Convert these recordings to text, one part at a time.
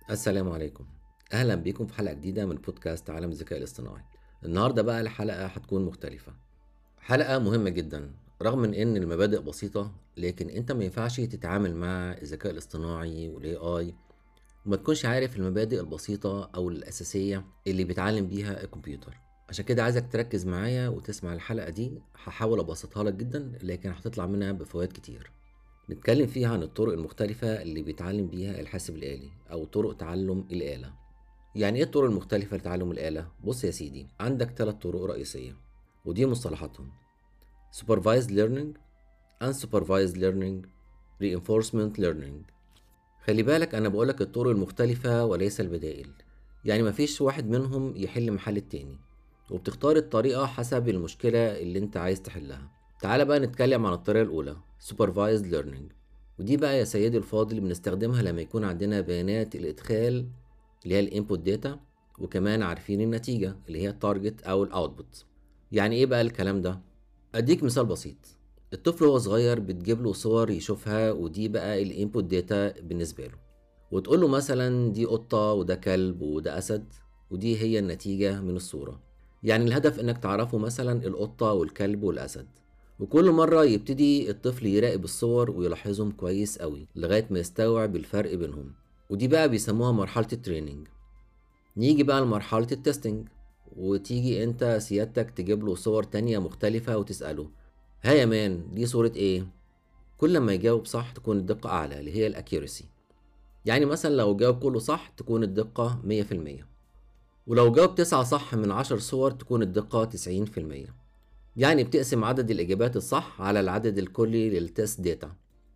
السلام عليكم. اهلا بيكم في حلقة جديدة من بودكاست عالم الذكاء الاصطناعي. النهاردة بقى الحلقة هتكون مختلفة، حلقة مهمة جدا. رغم من ان المبادئ بسيطة، لكن انت ما ينفعش تتعامل مع الذكاء الاصطناعي والاي اي وما تكونش عارف المبادئ البسيطة او الاساسية اللي بيتعلم بيها الكمبيوتر. عشان كده عايزك تركز معايا وتسمع الحلقة دي. هحاول ابسطها لك جدا، لكن هتطلع منها بفوائد كتير. نتكلم فيها عن الطرق المختلفة اللي بيتعلم بيها الحاسب الآلي أو طرق تعلم الآلة. يعني إيه الطرق المختلفة لتعلم الآلة؟ بص يا سيدي، عندك 3 طرق رئيسية ودي مصطلحاتهم: Supervised Learning, Unsupervised Learning, Reinforcement Learning. خلي بالك أنا بقولك الطرق المختلفة وليس البدائل، يعني مفيش واحد منهم يحل محل التاني، وبتختار الطريقة حسب المشكلة اللي انت عايز تحلها. تعال بقى نتكلم عن الطريقة الأولى Supervised Learning، ودي بقى يا سيدي الفاضل بنستخدمها لما يكون عندنا بيانات الإدخال اللي هي الانبوت داتا، وكمان عارفين النتيجة اللي هي التارجت أو الأوتبوت. يعني إيه بقى الكلام ده؟ أديك مثال بسيط. الطفل وهو صغير بتجيب له صور يشوفها، ودي بقى الانبوت داتا بالنسبة له، وتقول له مثلا دي قطة وده كلب وده أسد، ودي هي النتيجة من الصورة. يعني الهدف إنك تعرفه مثلا القطة والكلب والأسد، وكل مرة يبتدي الطفل يراقب الصور ويلاحظهم كويس قوي لغاية ما يستوعب الفرق بينهم، ودي بقى بيسموها مرحلة التريننج. نيجي بقى لمرحلة التستنج، وتيجي انت سيادتك تجيب له صور تانية مختلفة وتسأله: ها يا مان، دي صورة ايه؟ كل ما يجاوب صح تكون الدقة أعلى اللي هي الأكيورسي. يعني مثلا لو جاوب كله صح تكون الدقة 100%، ولو جاوب 9 صح من 10 صور تكون الدقة 90%. يعني بتقسم عدد الإجابات الصح على العدد الكلي للتست داتا.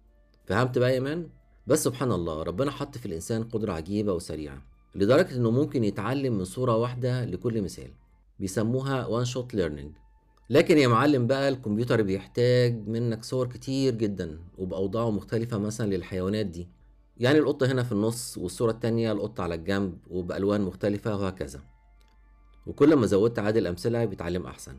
فهمت بقى يا مان؟ بس سبحان الله، ربنا حط في الإنسان قدرة عجيبة وسريعة لدرجة إنه ممكن يتعلم من صورة واحدة لكل مثال. بيسموها one shot learning. لكن يا معلم بقى الكمبيوتر بيحتاج منك صور كتير جدا وبأوضاع مختلفة مثلا للحيوانات دي. يعني القطة هنا في النص، والصورة التانية القطة على الجنب وبألوان مختلفة وهكذا. وكل ما زودت عدد الأمثلة بيتعلم أحسن.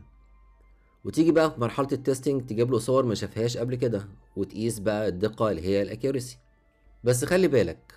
وتيجي بقى في مرحلة التستنج تجيب له صور ما شافهاش قبل كده، وتقيس بقى الدقة اللي هي الأكيورسي. بس خلي بالك،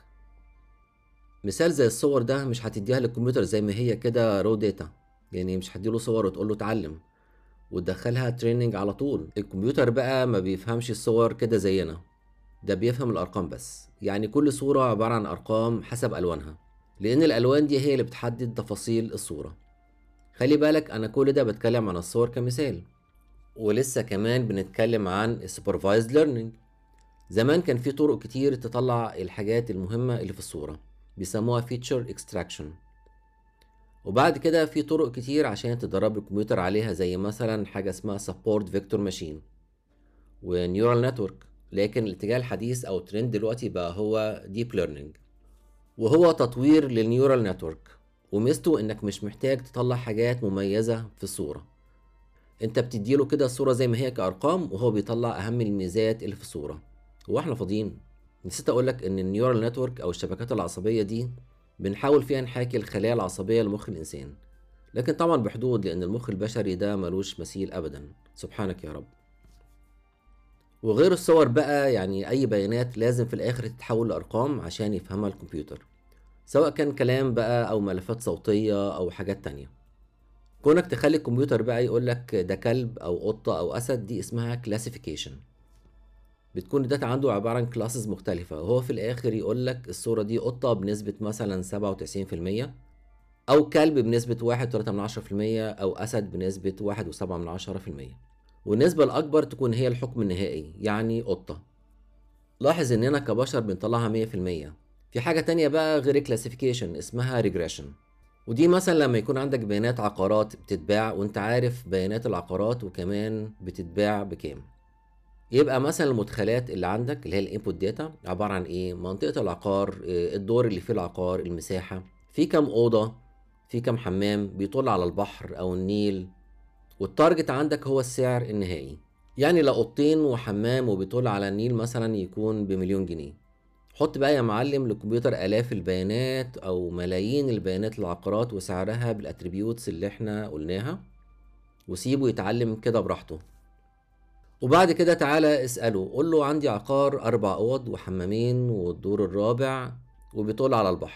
مثال زي الصور ده مش هتديها للكمبيوتر زي ما هي كده رو داتا. يعني مش هتديله صور وتقول له اتعلم وتدخلها تريننج على طول. الكمبيوتر بقى ما بيفهمش الصور كده زينا، ده بيفهم الأرقام بس. يعني كل صورة عبارة عن أرقام حسب ألوانها، لأن الألوان دي هي اللي بتحدد تفاصيل الصورة. خلي بالك أنا كل ده بتكلم عن الصور كمثال، ولسه كمان بنتكلم عن السوبرفايزد ليرنينج. زمان كان في طرق كتير تطلع الحاجات المهمة اللي في الصورة، بيسموها فيتشر اكستراكشن. وبعد كده في طرق كتير عشان تدرب الكمبيوتر عليها، زي مثلا حاجة اسمها سبورت فيكتور ماشين ونيورال نتورك. لكن الاتجاه الحديث او الترند دلوقتي بقى هو ديب ليرنينج، وهو تطوير للنيورال نتورك. وميزته انك مش محتاج تطلع حاجات مميزة في الصورة، انت بتديله كده الصورة زي ما هي كأرقام، وهو بيطلع اهم الميزات اللي في الصورة. واحنا فاضيين؟ نسيت اقولك ان النيورال نتورك او الشبكات العصبية دي بنحاول فيها نحاكي الخلايا العصبية لمخ الانسان، لكن طبعا بحدود، لان المخ البشري ده ملوش مثيل ابدا، سبحانك يا رب. وغير الصور بقى، يعني اي بيانات لازم في الاخر تتحول لارقام عشان يفهمها الكمبيوتر، سواء كان كلام بقى او ملفات صوتية او حاجات تانية. كونك تخلي الكمبيوتر بقى يقولك ده كلب او قطة او اسد، دي اسمها كلاسيفيكيشن. بتكون الداتا عنده عبارة عن كلاسز مختلفة، وهو في الاخر يقولك الصورة دي قطة بنسبة مثلا 97%، او كلب بنسبة 1.3%، او اسد بنسبة 1.7%. والنسبة الاكبر تكون هي الحكم النهائي، يعني قطة. لاحظ اننا كبشر بنطلعها 100%. في حاجة تانية بقى غير كلاسيفيكيشن اسمها ريجريشن، ودي مثلا لما يكون عندك بيانات عقارات بتتباع وانت عارف بيانات العقارات وكمان بتتباع بكام. يبقى مثلا المدخلات اللي عندك اللي هي الانبوت داتا عبارة عن ايه: منطقة العقار، الدور اللي فيه العقار، المساحة، في كام أوضة، في كام حمام بيطل على البحر أو النيل، والتارجت عندك هو السعر النهائي. يعني لو اوضتين وحمام وبيطل على النيل مثلا يكون ب1,000,000 جنيه. حط بقى يا معلم للكمبيوتر آلاف البيانات أو ملايين البيانات العقارات وسعرها بالاتريبيوتس اللي احنا قلناها، وسيبه يتعلم كده براحته. وبعد كده تعالى اسأله، قول له عندي عقار 4 أوض وحمامين والدور الرابع وبيطل على البحر.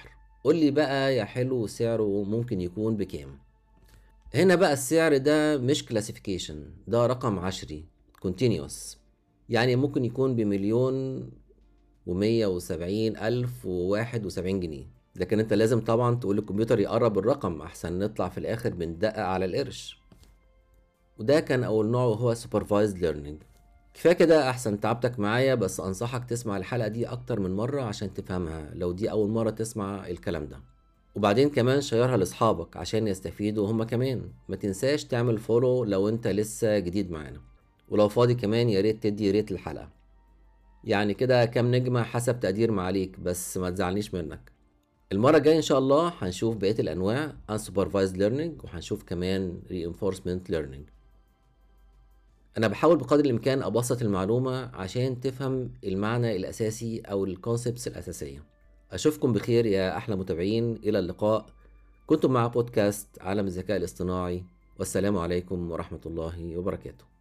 قول لي بقى يا حلو سعره ممكن يكون بكام؟ هنا بقى السعر ده مش كلاسيفيكيشن، ده رقم عشري continuous. يعني ممكن يكون بمليون و170,000 و71 جنيه. لكن انت لازم طبعا تقول للكمبيوتر يقرب الرقم احسن نطلع في الاخر بندقق على القرش. وده كان اول نوع وهو supervised learning. كفايه كده، احسن تعبتك معايا، بس انصحك تسمع الحلقه دي اكتر من مره عشان تفهمها لو دي اول مره تسمع الكلام ده. وبعدين كمان شيرها لاصحابك عشان يستفيدوا هما كمان. ما تنساش تعمل فولو لو انت لسه جديد معانا، ولو فاضي كمان يا ريت تدي ريت الحلقه. يعني كده كام نجمه حسب تقدير معاليك، بس ما تزعلنيش منك. المره الجايه ان شاء الله هنشوف بقيه الانواع unsupervised learning، وهنشوف كمان reinforcement learning. انا بحاول بقدر الامكان ابسط المعلومه عشان تفهم المعنى الاساسي او الكونسبتس الاساسيه. اشوفكم بخير يا احلى متابعين، الى اللقاء. كنتم مع بودكاست عالم الذكاء الاصطناعي، والسلام عليكم ورحمه الله وبركاته.